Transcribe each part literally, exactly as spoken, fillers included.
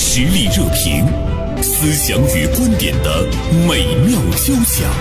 实力热评，思想与观点的美妙交响。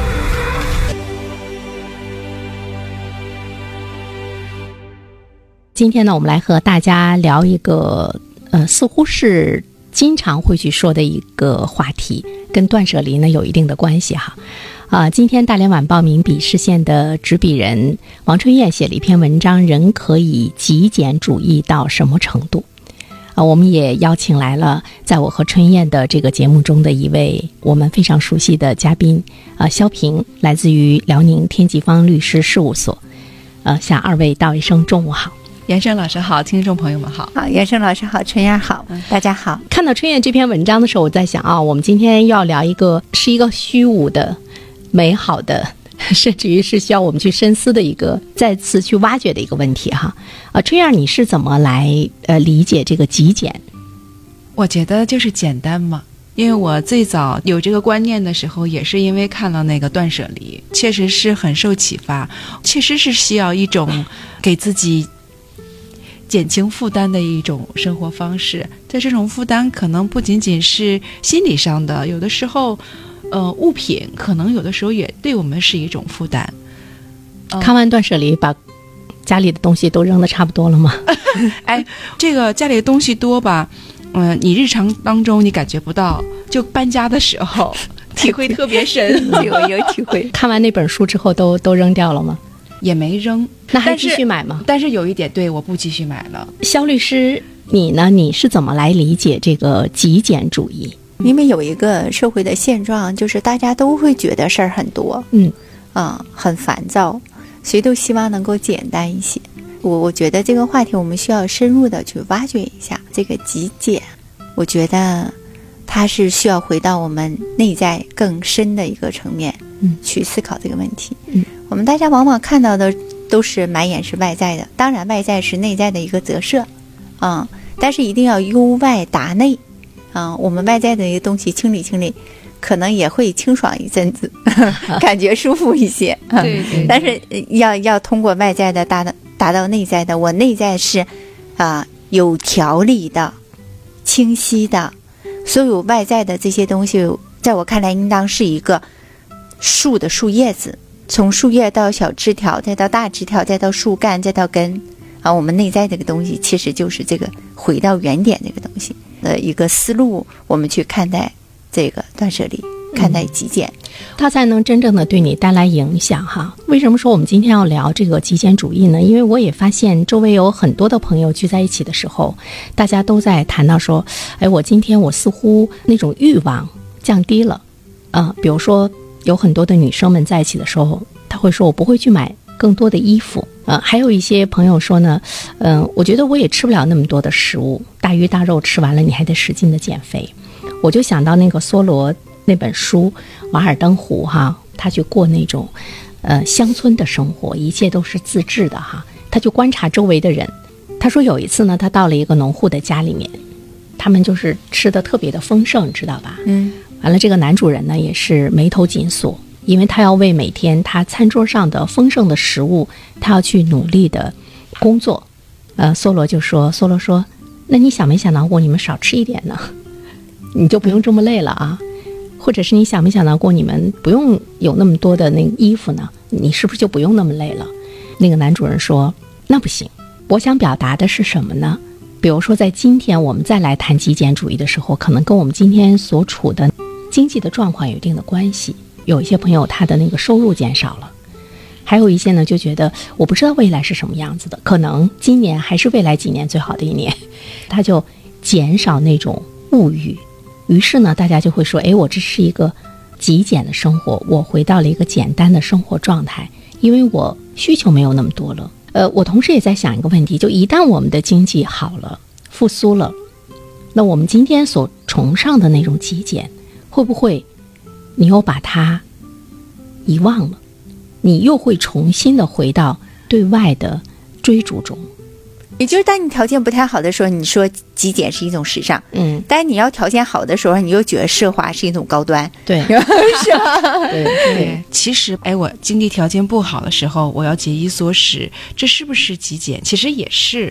今天呢，我们来和大家聊一个呃，似乎是经常会去说的一个话题，跟断舍离呢有一定的关系哈。啊、呃，今天大连晚报名笔视线的执笔人王春燕写了一篇文章，人可以极简主义到什么程度？啊、呃，我们也邀请来了在我和春燕的这个节目中的一位我们非常熟悉的嘉宾，呃，肖平，来自于辽宁天吉方律师事务所。呃，向二位道一声中午好。 延生老师好，听众朋友们好。 好，延生老师好，春燕好、嗯、大家好。 看到春燕这篇文章的时候，我在想啊，我们今天要聊一个是一个虚无的美好的，甚至于是需要我们去深思的一个再次去挖掘的一个问题哈。啊，春燕你是怎么来呃理解这个极简？ 我觉得就是简单嘛，因为我最早有这个观念的时候，也是因为看了那个断舍离，确实是很受启发，确实是需要一种给自己减轻负担的一种生活方式。在这种负担可能不仅仅是心理上的，有的时候呃，物品可能有的时候也对我们是一种负担、 呃、看完断舍离把家里的东西都扔得差不多了吗？ 哎，这个家里的东西多吧，嗯、呃，你日常当中你感觉不到，就搬家的时候体会特别深。 有有体会。 看完那本书之后都都扔掉了吗？ 也没扔。 那还继续买吗？ 但是, 但是有一点，对，我不继续买了。 肖律师你呢？你是怎么来理解这个极简主义？ 因为有一个社会的现状，就是大家都会觉得事儿很多， 嗯啊、嗯，很烦躁，谁都希望能够简单一些。我我觉得这个话题我们需要深入的去挖掘一下。这个极简，我觉得它是需要回到我们内在更深的一个层面， 嗯， 去思考这个问题。 嗯， 我们大家往往看到的都是满眼是外在的，当然外在是内在的一个折射，啊、嗯，但是一定要由外达内。啊、嗯，我们外在的一个东西清理清理，可能也会清爽一阵子，感觉舒服一些。 对 对, 对。 但是要要通过外在的达到达到内在的，我内在是啊、呃、有条理的、清晰的，所有外在的这些东西，在我看来，应当是一个树的树叶子，从树叶到小枝条，再到大枝条，再到树干，再到根。啊，我们内在这个东西，其实就是这个回到原点这个东西的一个思路，我们去看待这个断舍离，看待极简、嗯、 它才能真正的对你带来影响哈。为什么说我们今天要聊这个极简主义呢？因为我也发现周围有很多的朋友聚在一起的时候，大家都在谈到说，哎，我今天我似乎那种欲望降低了啊、呃，比如说有很多的女生们在一起的时候，她会说我不会去买更多的衣服。呃，还有一些朋友说呢，嗯、呃，我觉得我也吃不了那么多的食物，大鱼大肉吃完了，你还得使劲的减肥。我就想到那个梭罗那本书《瓦尔登湖》哈，他去过那种呃乡村的生活，一切都是自制的哈。他就观察周围的人，他说有一次呢，他到了一个农户的家里面，他们就是吃的特别的丰盛，知道吧？ 嗯， 完了这个男主人呢也是眉头紧锁。因为他要为每天他餐桌上的丰盛的食物，他要去努力的工作。呃，梭罗就说，梭罗说，那你想没想到过你们少吃一点呢？你就不用这么累了啊。或者是你想没想到过你们不用有那么多的那个衣服呢？你是不是就不用那么累了？那个男主人说，那不行。我想表达的是什么呢？比如说在今天我们再来谈极简主义的时候，可能跟我们今天所处的经济的状况有一定的关系。有一些朋友他的那个收入减少了，还有一些呢就觉得我不知道未来是什么样子的，可能今年还是未来几年最好的一年，他就减少那种物欲。于是呢大家就会说，诶，我这是一个极简的生活，我回到了一个简单的生活状态，因为我需求没有那么多了。呃，我同时也在想一个问题，就一旦我们的经济好了，复苏了，那我们今天所崇尚的那种极简，会不会你又把它遗忘了，你又会重新的回到对外的追逐中。 也就是当你条件不太好的时候，你说极简是一种时尚， 嗯， 但你要条件好的时候，你又觉得奢华是一种高端， 对， 是吧？ 对对。其实，哎，我经济条件不好的时候，我要节衣缩食，这是不是极简？其实也是。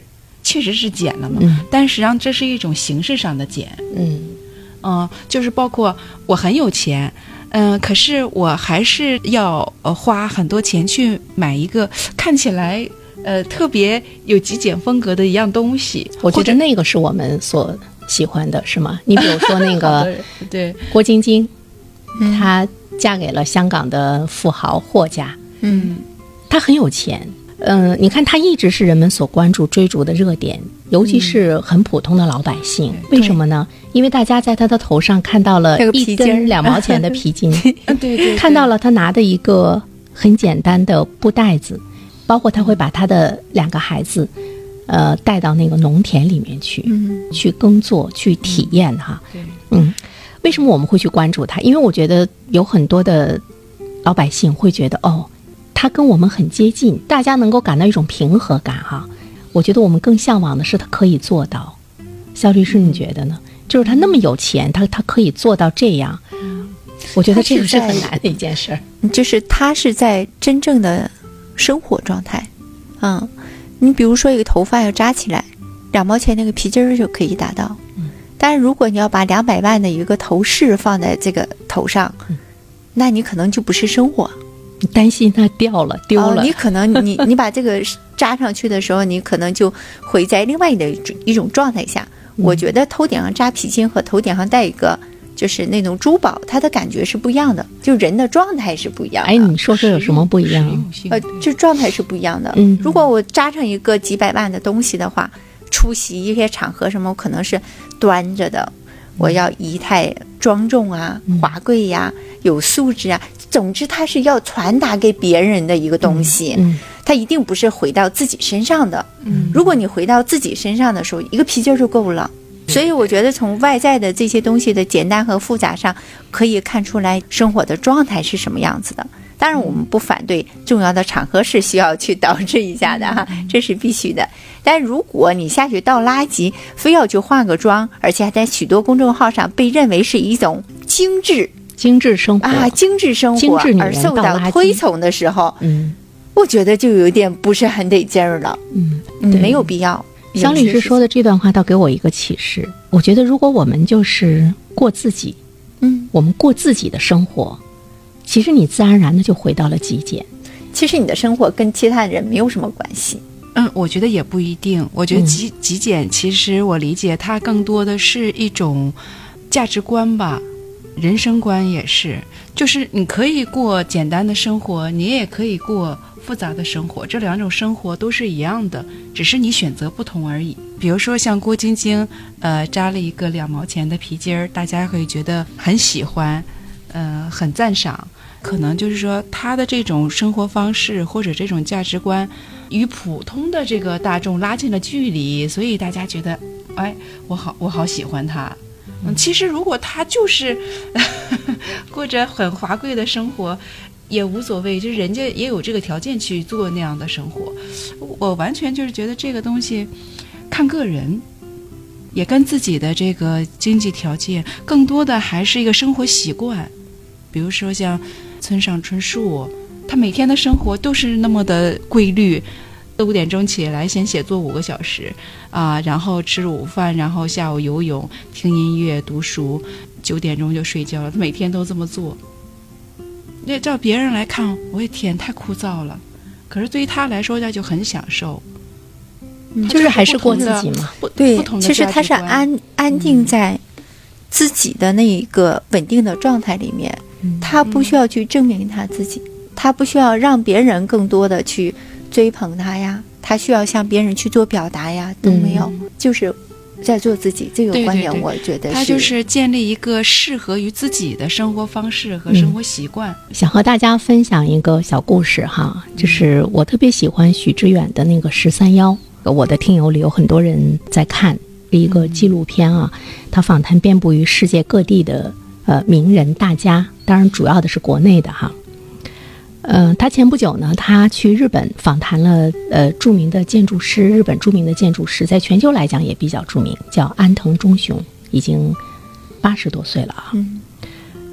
确实是减了嘛， 嗯但实际上这是一种形式上的减。 嗯嗯、呃，就是包括我很有钱，嗯、呃，可是我还是要呃花很多钱去买一个看起来呃特别有极简风格的一样东西。 我觉得那个是我们所喜欢的，是吗？你比如说那个对郭晶晶，她嫁给了香港的富豪霍家， 嗯她很有钱。嗯、呃，你看她一直是人们所关注追逐的热点，尤其是很普通的老百姓。嗯、为什么呢？因为大家在她的头上看到了一根两毛钱的皮筋， 对, 对, 对， 看到了她拿的一个很简单的布袋子，包括她会把她的两个孩子，呃，带到那个农田里面去， 嗯， 去耕作，去体验哈。 对， 嗯，为什么我们会去关注她？因为我觉得有很多的老百姓会觉得，哦，他跟我们很接近，大家能够感到一种平和感哈。我觉得我们更向往的是他可以做到。肖律师，你觉得呢？就是他那么有钱，他他可以做到这样，我觉得这个是很难的一件事儿。 就是他是在真正的生活状态，嗯，你比如说一个头发要扎起来，两毛钱那个皮筋儿就可以达到，嗯，但是如果你要把两百万的一个头饰放在这个头上，嗯，那你可能就不是生活。 你担心它掉了丢了、 哦、你可能你你把这个扎上去的时候，你可能就会在另外的一种状态下、嗯、我觉得头顶上扎皮筋和头顶上戴一个就是那种珠宝，它的感觉是不一样的，就人的状态是不一样的。 哎，你说这有什么不一样？ 呃，就状态是不一样的。 嗯， 如果我扎上一个几百万的东西的话，出席一些场合什么，我可能是端着的，我要仪态庄重啊、华贵呀、啊、有素质啊。总之它是要传达给别人的一个东西、 嗯嗯、 它一定不是回到自己身上的、 嗯、 如果你回到自己身上的时候，一个皮筋就够了。所以我觉得从外在的这些东西的简单和复杂上可以看出来生活的状态是什么样子的。当然我们不反对重要的场合是需要去捯饬一下的哈，这是必须的。但如果你下去倒垃圾非要去化个妆，而且还在许多公众号上被认为是一种精致精致生活啊，精致生活而受到推崇的时候， 嗯， 我觉得就有点不是很得劲儿了， 嗯， 没有必要。 肖律师说的这段话倒给我一个启示，我觉得如果我们就是过自己， 嗯， 我们过自己的生活，其实你自然而然的就回到了极简。 其实你的生活跟其他人没有什么关系。 嗯，我觉得也不一定。我觉得极、嗯、极简，其实我理解它更多的是一种价值观吧。人生观也是，就是你可以过简单的生活，你也可以过复杂的生活，这两种生活都是一样的，只是你选择不同而已。比如说像郭晶晶呃，扎了一个两毛钱的皮筋儿，大家会觉得很喜欢，呃，很赞赏，可能就是说她的这种生活方式或者这种价值观与普通的这个大众拉近了距离，所以大家觉得哎，我好我好喜欢她。嗯，其实如果他就是呵呵过着很华贵的生活也无所谓，就是人家也有这个条件去做那样的生活。我完全就是觉得这个东西看个人，也跟自己的这个经济条件，更多的还是一个生活习惯。比如说像村上春树，他每天的生活都是那么的规律，五点钟起来先写作五个小时啊，然后吃午饭，然后下午游泳、听音乐、读书，九点钟就睡觉了。他每天都这么做。那照别人来看，我的天，太枯燥了。可是对于他来说，他就很享受。 嗯、就是还是过自己嘛。 对，其实他是安安定在自己的那一个稳定的状态里面，嗯、他不需要去证明他自己，嗯、他不需要让别人更多的去追捧他呀，他需要向别人去做表达呀，都没有，嗯、就是在做自己。这个观点我觉得是， 他就是建立一个适合于自己的生活方式和生活习惯。 嗯、想和大家分享一个小故事哈，就是我特别喜欢许知远的那个十三邀，我的听友里有很多人在看一个纪录片啊，他访谈遍布于世界各地的呃名人大家，当然主要的是国内的哈。呃，他前不久呢，他去日本访谈了呃著名的建筑师，日本著名的建筑师，在全球来讲也比较著名，叫安藤忠雄，已经八十多岁了啊。嗯，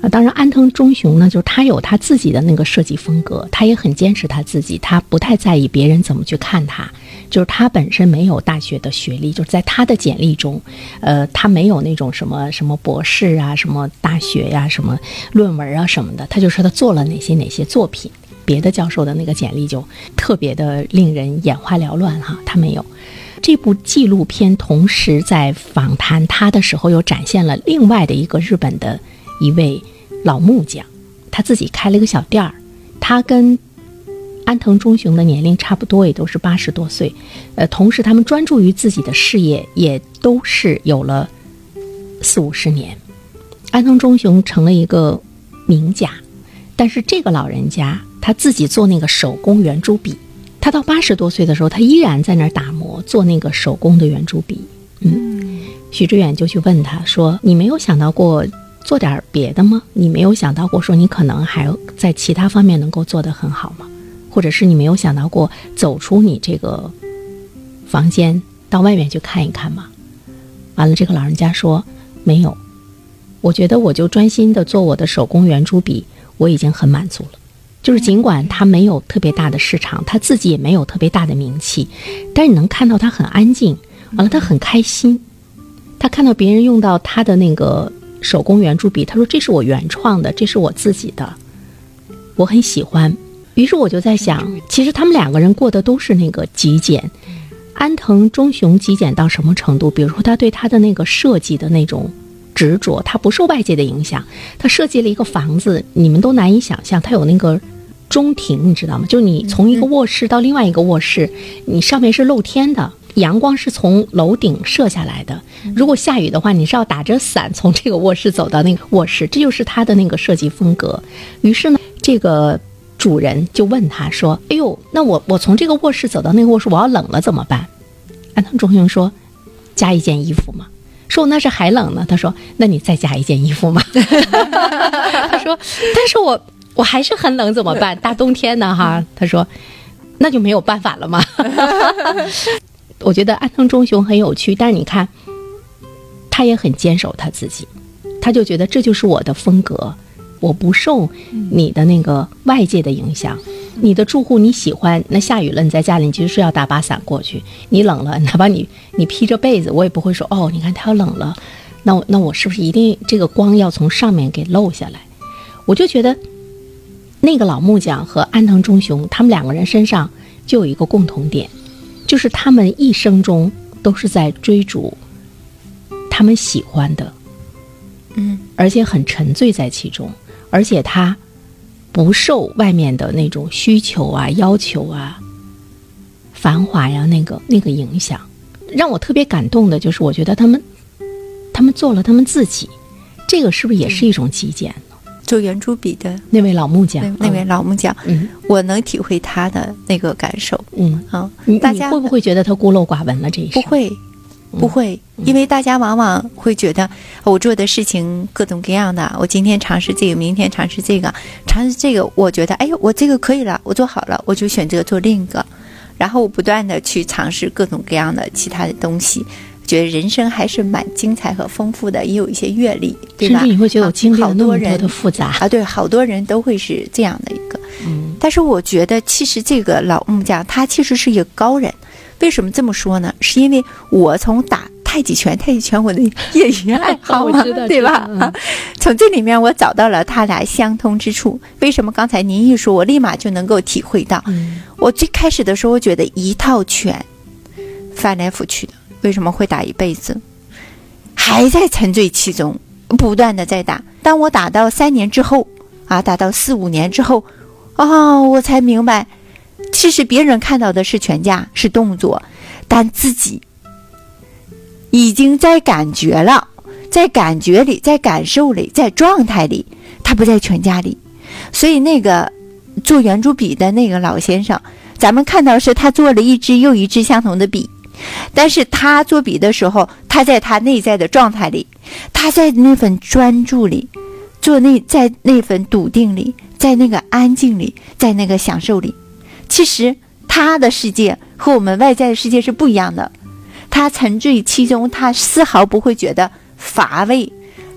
啊，当然安藤忠雄呢，就是他有他自己的那个设计风格，他也很坚持他自己，他不太在意别人怎么去看他，就是他本身没有大学的学历，就是在他的简历中，呃，他没有那种什么什么博士啊、什么大学呀、什么论文啊什么的，他就说他做了哪些哪些作品，别的教授的那个简历就特别的令人眼花缭乱哈，他没有。这部纪录片同时在访谈他的时候，又展现了另外的一个日本的一位老木匠，他自己开了一个小店儿，他跟安藤忠雄的年龄差不多，也都是八十多岁，呃，同时他们专注于自己的事业，也都是有了四五十年。安藤忠雄成了一个名家，但是这个老人家他自己做那个手工圆珠笔，他到八十多岁的时候，他依然在那儿打磨做那个手工的圆珠笔。嗯，许知远就去问他说：“你没有想到过做点别的吗？你没有想到过说你可能还在其他方面能够做得很好吗？或者是你没有想到过走出你这个房间到外面去看一看吗？”完了，这个老人家说：“没有，我觉得我就专心的做我的手工圆珠笔，我已经很满足了。就是尽管他没有特别大的市场，他自己也没有特别大的名气，但是你能看到他很安静，完了他很开心。他看到别人用到他的那个手工圆珠笔，他说这是我原创的，这是我自己的，我很喜欢。于是我就在想，其实他们两个人过的都是那个极简。安藤忠雄极简到什么程度？比如说他对他的那个设计的那种执着，他不受外界的影响，他设计了一个房子，你们都难以想象，他有那个中庭，你知道吗？就你从一个卧室到另外一个卧室，你上面是露天的，阳光是从楼顶射下来的，如果下雨的话，你是要打着伞从这个卧室走到那个卧室，这就是他的那个设计风格。于是呢，这个主人就问他说：“哎呦，那我我从这个卧室走到那个卧室，我要冷了怎么办？”安藤忠雄说：“加一件衣服嘛。”说：“那是还冷呢。”他说：“那你再加一件衣服嘛。”他说：“但是我我还是很冷怎么办？大冬天呢哈。”他说：“那就没有办法了嘛。”我觉得安藤忠雄很有趣，但是你看，他也很坚守他自己，他就觉得这就是我的风格，我不受你的那个外界的影响。你的住户你喜欢，那下雨了你在家里你就是要打把伞过去，你冷了哪怕你你披着被子，我也不会说哦，你看他要冷了，那我那我是不是一定这个光要从上面给漏下来？我就觉得那个老木匠和安藤忠雄他们两个人身上就有一个共同点，就是他们一生中都是在追逐他们喜欢的， 嗯， 而且很沉醉在其中，而且他不受外面的那种需求啊、要求啊、繁华呀那个那个影响。让我特别感动的就是，我觉得他们他们做了他们自己，这个是不是也是一种极简呢？ 做圆珠笔的那位老木匠， 那, 那位老木匠， 嗯， 我能体会他的那个感受， 嗯啊， 你大家你会不会觉得他孤陋寡闻了这一生？ 不会。不会，因为大家往往会觉得我做的事情各种各样的，我今天尝试这个，明天尝试这个，尝试这个，我觉得哎呦，我这个可以了，我做好了，我就选择做另一个，然后我不断的去尝试各种各样的其他的东西，觉得人生还是蛮精彩和丰富的，也有一些阅历，对吧？ 甚至你会觉得我经历了那么多多的复杂啊，对，好多人都会是这样的一个， 嗯， 但是我觉得其实这个老木匠他其实是一个高人。为什么这么说呢？是因为我从打太极拳，太极拳我的业余爱好嘛，对吧？嗯、从这里面我找到了他俩相通之处。为什么刚才您一说，我立马就能够体会到？ 嗯、 我最开始的时候，我觉得一套拳翻来覆去的，为什么会打一辈子？还在沉醉其中，不断的在打。当我打到三年之后，啊，打到四五年之后，哦，我才明白。其实别人看到的是拳架，是动作，但自己已经在感觉了，在感觉里，在感受里，在状态里，他不在拳架里。所以那个做圆珠笔的那个老先生，咱们看到是他做了一支又一支相同的笔，但是他做笔的时候，他在他内在的状态里，他在那份专注里，做那在那份笃定里，在那个安静里，在那个享受里。其实他的世界和我们外在的世界是不一样的，他沉醉其中，他丝毫不会觉得乏味，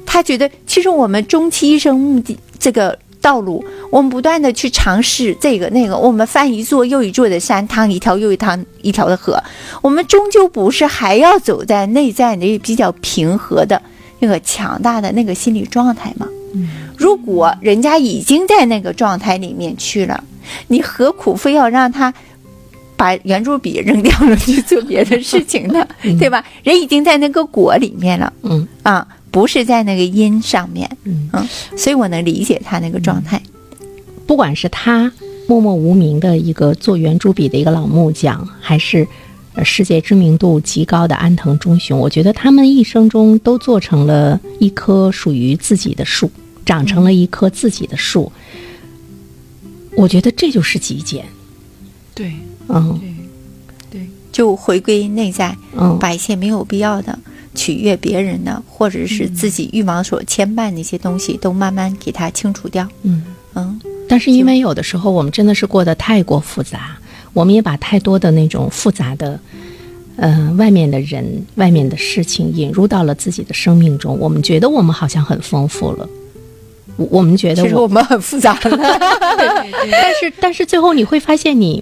他觉得其实我们终其一生目的这个道路，我们不断的去尝试这个那个，我们翻一座又一座的山，趟一条又一趟一条的河，我们终究不是还要走在内在的比较平和的那个强大的那个心理状态吗？如果人家已经在那个状态里面去了，你何苦非要让他把圆珠笔扔掉了去做别的事情呢？ 嗯、 对吧？人已经在那个果里面了， 嗯啊，不是在那个因上面， 嗯嗯，所以我能理解他那个状态。 不管是他默默无名的一个做圆珠笔的一个老木匠，还是世界知名度极高的安藤忠雄，我觉得他们一生中都做成了一棵属于自己的树，长成了一棵自己的树。我觉得这就是极简。 对， 嗯， 对，对， 就回归内在， 嗯， 把一些没有必要的取悦别人的，或者是自己欲望所牵绊的一些东西，都慢慢给它清除掉。 嗯嗯。 但是因为有的时候我们真的是过得太过复杂，我们也把太多的那种复杂的呃，外面的人、外面的事情引入到了自己的生命中，我们觉得我们好像很丰富了，我我们觉得我其实我们很复杂了。 对对，但是但是最后你会发现你，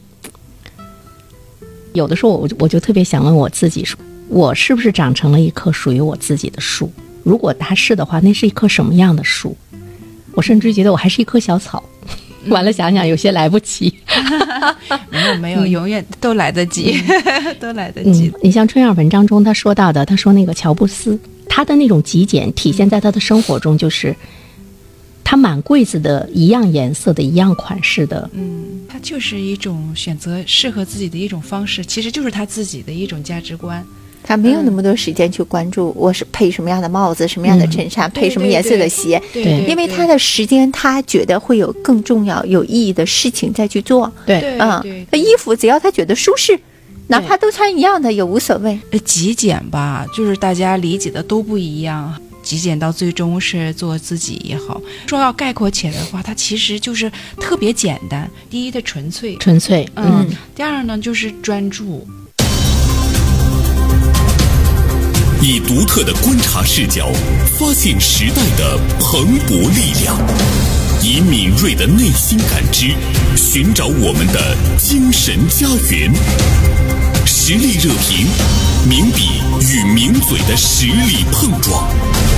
有的时候我我就特别想问我自己说，我是不是长成了一棵属于我自己的树？如果它是的话，那是一棵什么样的树？我甚至觉得我还是一棵小草。完了想想有些来不及。 没有没有、嗯、永远都来得及、嗯、都来得及、 嗯、你像春燕文章中他说到的，他说那个乔布斯他的那种极简体现在他的生活中，就是他满柜子的一样颜色的一样款式的， 嗯，他就是一种选择适合自己的一种方式，其实就是他自己的一种价值观。 他没有那么多时间去关注我是配什么样的帽子、什么样的衬衫、嗯、配什么颜色的鞋， 对对对， 因为他的时间他觉得会有更重要有意义的事情再去做。 对， 嗯，那衣服只要他觉得舒适，哪怕都穿一样的也无所谓。 极简吧，就是大家理解的都不一样，极简到最终是做自己也好，说要概括起来的话，它其实就是特别简单。第一的纯粹纯粹， 嗯，嗯第二呢就是专注。 以独特的观察视角发现时代的蓬勃力量，以敏锐的内心感知寻找我们的精神家园。实力热评，名笔与名嘴的实力碰撞。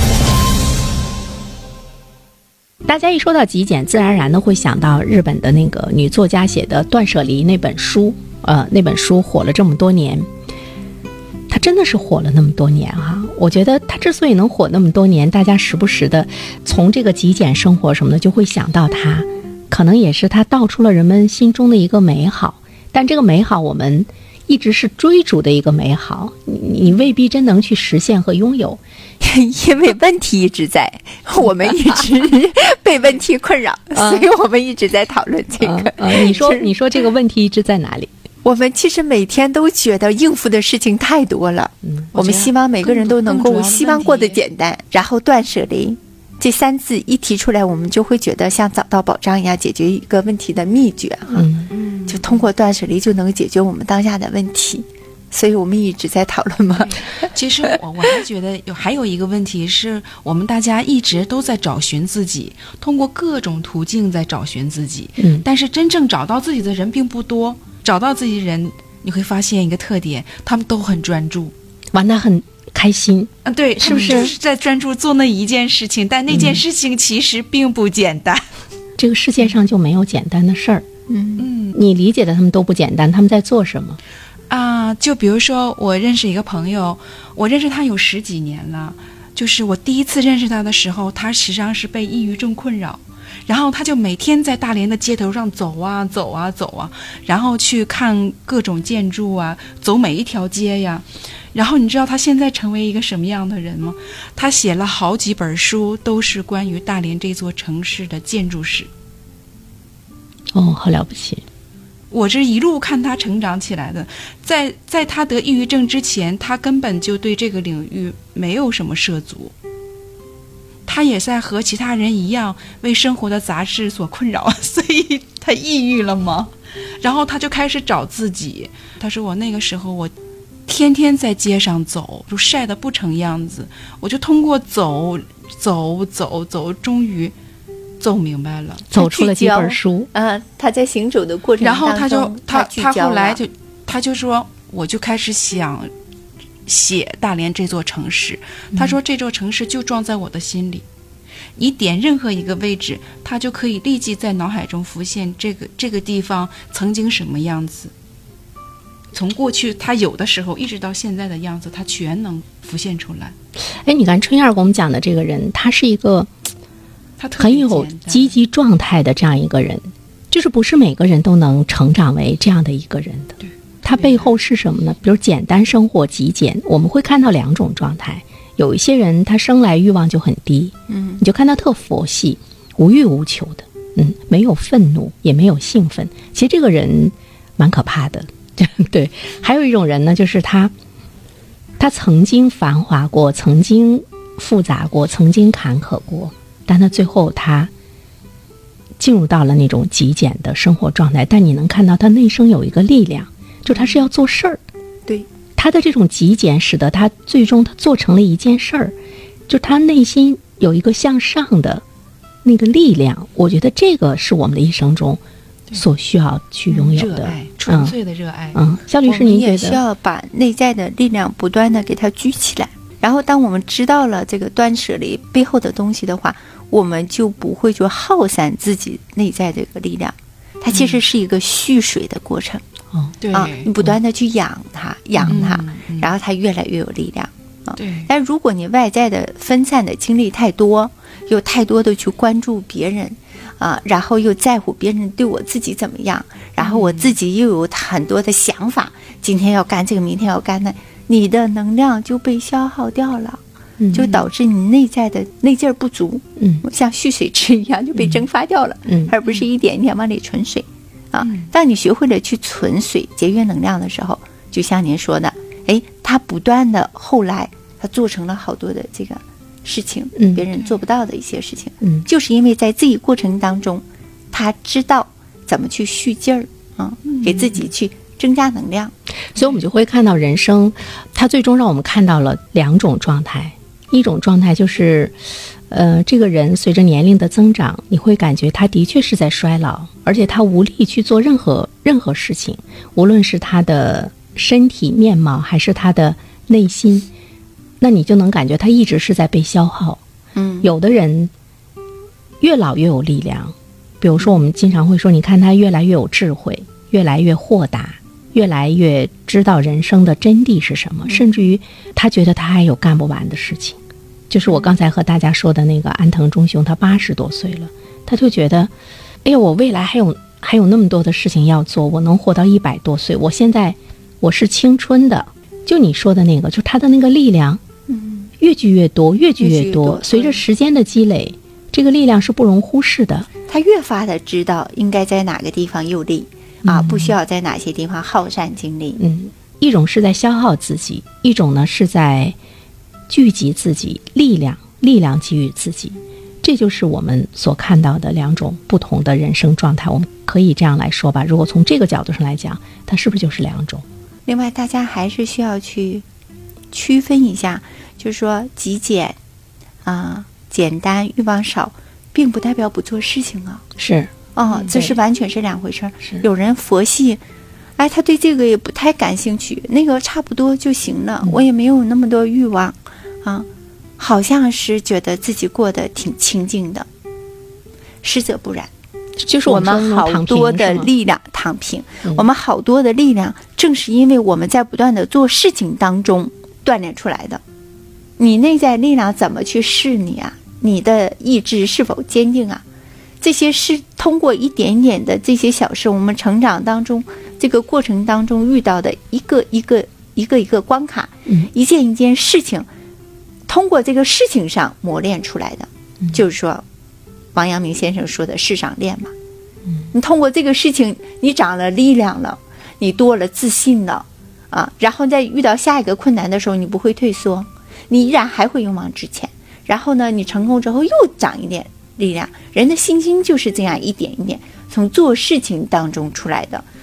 大家一说到极简，自然而然的会想到日本的那个女作家写的《断舍离》那本书，呃，那本书火了这么多年。他真的是火了那么多年啊！我觉得他之所以能火那么多年，大家时不时的从这个极简生活什么的就会想到他，可能也是他道出了人们心中的一个美好。但这个美好我们一直是追逐的一个美好，你你未必真能去实现和拥有， 因为问题一直在，我们一直被问题困扰，所以我们一直在讨论这个。 呃呃、你说你说这个问题一直在哪里？ 我们其实每天都觉得应付的事情太多了，嗯，我们希望每个人都能够希望过得简单，然后断舍离这三字一提出来，我们就会觉得像找到宝藏一样解决一个问题的秘诀哈，嗯，就通过断舍离就能解决我们当下的问题，所以我们一直在讨论嘛。 其实我我还觉得有还有一个问题是我们大家一直都在找寻自己，通过各种途径在找寻自己，嗯，但是真正找到自己的人并不多。找到自己的人，你会发现一个特点，他们都很专注， 玩得很开心。 嗯，对，是不是？就是在专注做那一件事情，但那件事情其实并不简单。 嗯、这个世界上就没有简单的事儿。 嗯嗯，你理解的他们都不简单，他们在做什么？ 啊，就比如说我认识一个朋友，我认识他有十几年了，就是我第一次认识他的时候，他实际上是被抑郁症困扰。然后他就每天在大连的街头上走啊走啊走啊，然后去看各种建筑啊，走每一条街呀。然后你知道他现在成为一个什么样的人吗？他写了好几本书，都是关于大连这座城市的建筑史。 哦，好了不起！ 我这一路看他成长起来的，在在他得抑郁症之前，他根本就对这个领域没有什么涉足。他也在和其他人一样为生活的杂事所困扰，所以他抑郁了吗？然后他就开始找自己。他说我那个时候我天天在街上走，就晒得不成样子。我就通过走走走走，终于走明白了， 走出了几本书。 啊，他在行走的过程当中， 然后他就他他后来就他就说，我就开始想写大连这座城市。他说这座城市就装在我的心里。你点任何一个位置，它就可以立即在脑海中浮现这个这个地方曾经什么样子，从过去它有的时候一直到现在的样子，它全能浮现出来。 哎，你看春燕给我们讲的这个人，他是一个他很有积极状态的这样一个人，就是不是每个人都能成长为这样的一个人的。 对， 他背后是什么呢？比如简单生活、极简，我们会看到两种状态。有一些人他生来欲望就很低，嗯，你就看他特佛系，无欲无求的，嗯，没有愤怒，也没有兴奋。其实这个人蛮可怕的，对。还有一种人呢，就是他，他曾经繁华过，曾经复杂过，曾经坎坷过，但他最后他进入到了那种极简的生活状态。但你能看到他内生有一个力量，就他是要做事儿， 对。 他的这种极简使得他最终他做成了一件事儿，就他内心有一个向上的那个力量。我觉得这个是我们的一生中所需要去拥有的， 热爱，纯粹的热爱。 嗯，肖律师，您觉得？ 我们也需要把内在的力量不断的给它举起来。然后，当我们知道了这个断舍离背后的东西的话，我们就不会去耗散自己内在的一个力量。它其实是一个蓄水的过程。 哦， 对啊，你不断的去养它，养它， 嗯嗯、 然后它越来越有力量啊。 对。 但如果你外在的分散的精力太多，又太多的去关注别人啊，然后又在乎别人对我自己怎么样，然后我自己又有很多的想法，嗯、今天要干这个，明天要干那，你的能量就被消耗掉了。嗯、就导致你内在的内劲儿不足，嗯，像蓄水池一样就被蒸发掉了，嗯，而不是一点一点往里存水。啊，当你学会了去存水、节约能量的时候，就像您说的，哎，他不断的后来他做成了好多的这个事情，嗯，别人做不到的一些事情，嗯，就是因为在这一过程当中，他知道怎么去蓄劲儿啊，给自己去增加能量， 所以我们就会看到人生，它最终让我们看到了两种状态，一种状态就是。呃，这个人随着年龄的增长，你会感觉他的确是在衰老，而且他无力去做任何任何事情，无论是他的身体面貌还是他的内心，那你就能感觉他一直是在被消耗。嗯，有的人越老越有力量，比如说我们经常会说，你看他越来越有智慧，越来越豁达，越来越知道人生的真谛是什么，甚至于他觉得他还有干不完的事情。就是我刚才和大家说的那个安藤忠雄，他八十多岁了，他就觉得，哎呀，我未来还有还有那么多的事情要做，我能活到一百多岁，我现在我是青春的。就你说的那个，就他的那个力量，嗯，越聚越多，越聚越多，随着时间的积累，这个力量是不容忽视的。 他越发的知道应该在哪个地方用力、嗯、啊，不需要在哪些地方耗散精力。 嗯，一种是在消耗自己，一种呢是在聚集自己力量，力量给予自己，这就是我们所看到的两种不同的人生状态。我们可以这样来说吧，如果从这个角度上来讲，它是不是就是两种？ 另外，大家还是需要去区分一下，就是说极简啊、简单、欲望少，并不代表不做事情啊。 是哦，这是完全是两回事。有人佛系。哎，他对这个也不太感兴趣，那个差不多就行了，嗯、我也没有那么多欲望啊，好像是觉得自己过得挺清静的，实则不然。 就是我们好多的力量躺平，嗯、我们好多的力量，正是因为我们在不断的做事情当中锻炼出来的。你内在力量怎么去试你啊？你的意志是否坚定啊？这些是通过一点点的这些小事，我们成长当中这个过程当中遇到的一个一个一个一个关卡，嗯、一件一件事情，通过这个事情上磨练出来的。嗯、就是说王阳明先生说的世上练嘛，嗯、你通过这个事情你长了力量了，你多了自信了啊，然后在遇到下一个困难的时候，你不会退缩，你依然还会勇往直前，然后呢你成功之后又长一点力量。人的心经就是这样一点一点从做事情当中出来的，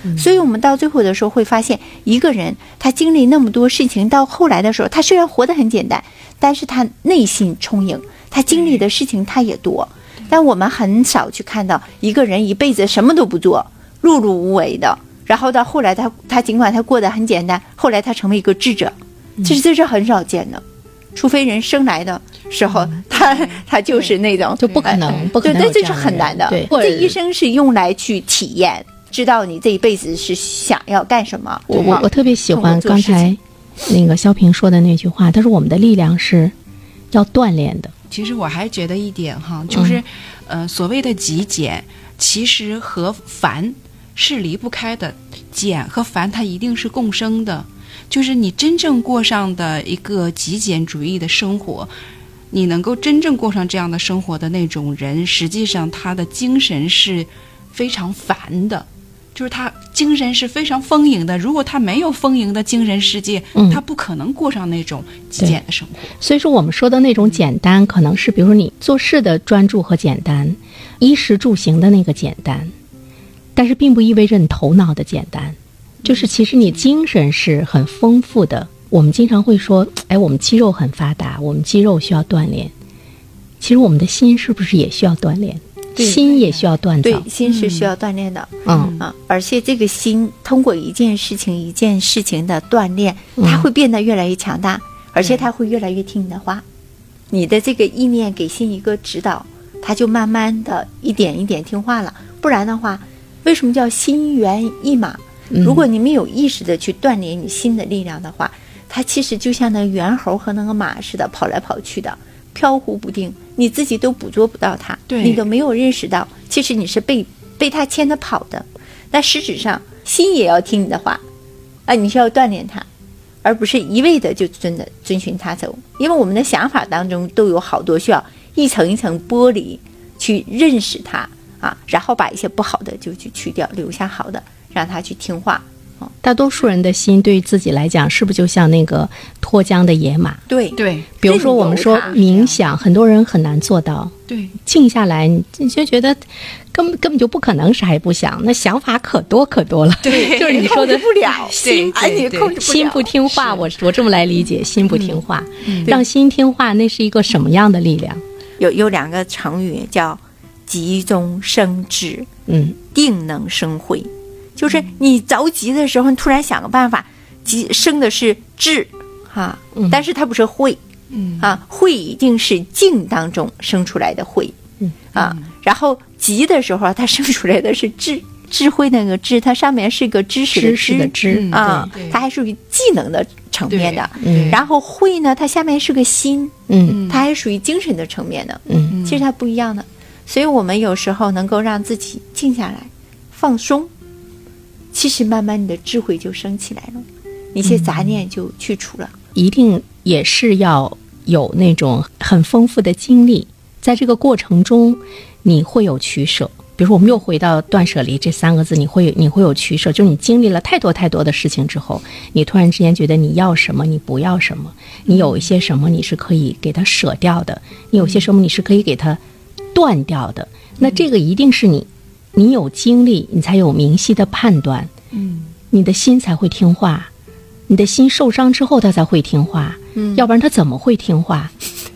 嗯、所以我们到最后的时候会发现，一个人他经历那么多事情，到后来的时候，他虽然活得很简单，但是他内心充盈，他经历的事情他也多。但我们很少去看到一个人一辈子什么都不做，碌碌无为的，然后到后来他他尽管他过得很简单，后来他成为一个智者，这是这是很少见的。除非人生来的时候，嗯、他他就是那种就不可能，哎、不可能有这样的人， 对，这是很难的。 对， 这一生是用来去体验，知道你这一辈子是想要干什么。 我我我特别喜欢刚才那个萧平说的那句话，他说我们的力量是要锻炼的。 其实我还觉得一点哈，就是，嗯、呃，所谓的极简，其实和繁是离不开的，简和繁它一定是共生的。就是你真正过上的一个极简主义的生活，你能够真正过上这样的生活的那种人，实际上他的精神是非常繁的，就是他精神是非常丰盈的。如果他没有丰盈的精神世界，嗯、他不可能过上那种极简的生活。 所以说我们说的那种简单，嗯、可能是比如说你做事的专注和简单，衣食住行的那个简单，但是并不意味着你头脑的简单。就是其实你精神是很丰富的。我们经常会说，哎，我们肌肉很发达，我们肌肉需要锻炼。其实我们的心是不是也需要锻炼？心也需要锻造。 对，心是需要锻炼的。 嗯啊，而且这个心通过一件事情一件事情的锻炼，它会变得越来越强大，嗯、而且它会越来越听你的话。你的这个意念给心一个指导，它就慢慢的一点一点听话了。不然的话，为什么叫心猿意马？如果你没有意识的去锻炼你心的力量的话，它其实就像那个猿猴和那个马似的，跑来跑去的，飘忽不定，你自己都捕捉不到它，你都没有认识到，其实你是被被它牵着跑的。但实质上，心也要听你的话，啊，你需要锻炼它，而不是一味的就遵的遵循它走。因为我们的想法当中都有好多需要一层一层剥离，去认识它啊，然后把一些不好的就去去掉，留下好的。让他去听话。 哦、大多数人的心对于自己来讲，是不是就像那个脱缰的野马？ 对对。 比如说我们说冥想，很多人很难做到。 对， 静下来，你就觉得根本根本就不可能啥也不想，那想法可多可多了。 对， 就是你说的不了，心哎，你控制不了， 心不听话。我我这么来理解，心不听话，嗯、让心听话，那是一个什么样的力量？ 有有两个成语叫急中生智， 嗯， 定能生慧。就是你着急的时候，你突然想个办法，急生的是智，哈、嗯，但是它不是慧，嗯啊，慧一定是静当中生出来的慧，嗯啊，然后急的时候，它生出来的是智，智慧那个智，它上面是个知识的知， 知识的知啊，它还属于技能的层面的， 嗯， 然后慧呢，它下面是个心， 嗯， 它还属于精神的层面的， 嗯， 其实它不一样的，所以我们有时候能够让自己静下来，放松。其实慢慢你的智慧就升起来了，一些杂念就去除了、 嗯、一定也是要有那种很丰富的经历，在这个过程中你会有取舍。比如说我们又回到断舍离这三个字，你会你会有取舍，就是你经历了太多太多的事情之后，你突然之间觉得你要什么你不要什么，你有一些什么你是可以给它舍掉的，你有些什么你是可以给它断掉的，那这个一定是你你有经历，你才有明晰的判断， 嗯， 你的心才会听话。你的心受伤之后，他才会听话， 嗯， 要不然他怎么会听话？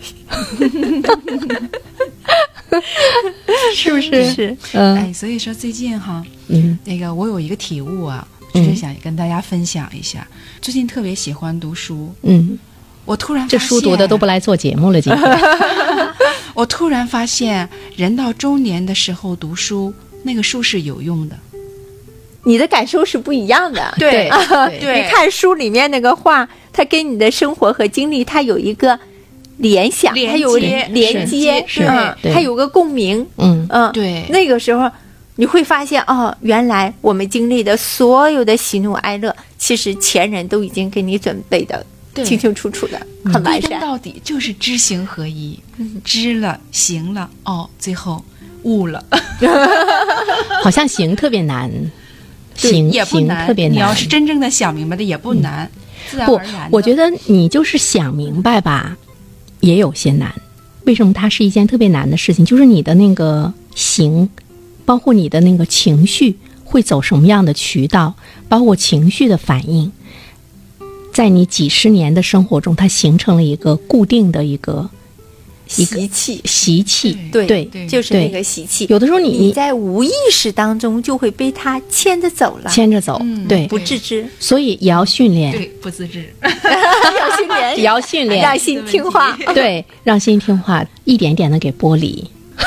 是不是？ 是， 嗯、 哎，所以说最近哈， 嗯， 那个我有一个体悟啊，就是想跟大家分享一下。嗯、最近特别喜欢读书， 嗯， 我突然发现这书读的都不来做节目了，今天。 我突然发现，人到中年的时候读书，那个书是有用的。 你的感受是不一样的， 对、 啊、 对。 你看书里面那个话，它跟你的生活和经历，它有一个联想， 连它有连接， 是嗯，它有个共鸣， 嗯嗯， 对。 那个时候你会发现，哦，原来我们经历的所有的喜怒哀乐，其实前人都已经给你准备的清清楚楚的，很完善。 到底就是知行合一， 嗯、 知了行了，哦，最后悟了。 好像行特别难。行也不难， 特别难。 你要是真正的想明白的也不难，嗯、自然而然的。 不，我觉得你就是想明白吧，也有些难。为什么它是一件特别难的事情？就是你的那个行，包括你的那个情绪， 会走什么样的渠道，包括情绪的反应，在你几十年的生活中，它形成了一个固定的一个习气， 习气， 对对对就是那个习气。 有的时候你你在无意识当中就会被它牵着走了， 牵着走， 嗯对， 不自知， 所以也要训练， 对，不自知。 要训练， 也要训练， 让心听话。 对，让心听话，一点点的给剥离。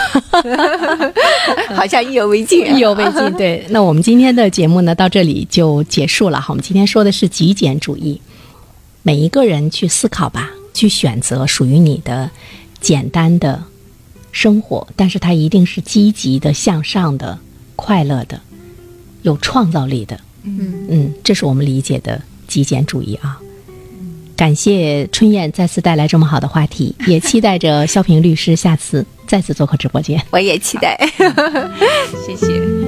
好像意犹未尽、啊， 意犹未尽。对，那我们今天的节目呢，到这里就结束了。好，我们今天说的是极简主义，每一个人去思考吧，去选择属于你的简单的生活，但是它一定是积极的、向上的、快乐的、有创造力的。 嗯嗯，这是我们理解的极简主义啊。感谢春燕再次带来这么好的话题，也期待着肖平律师下次再次做客直播间。 我也期待。 谢谢。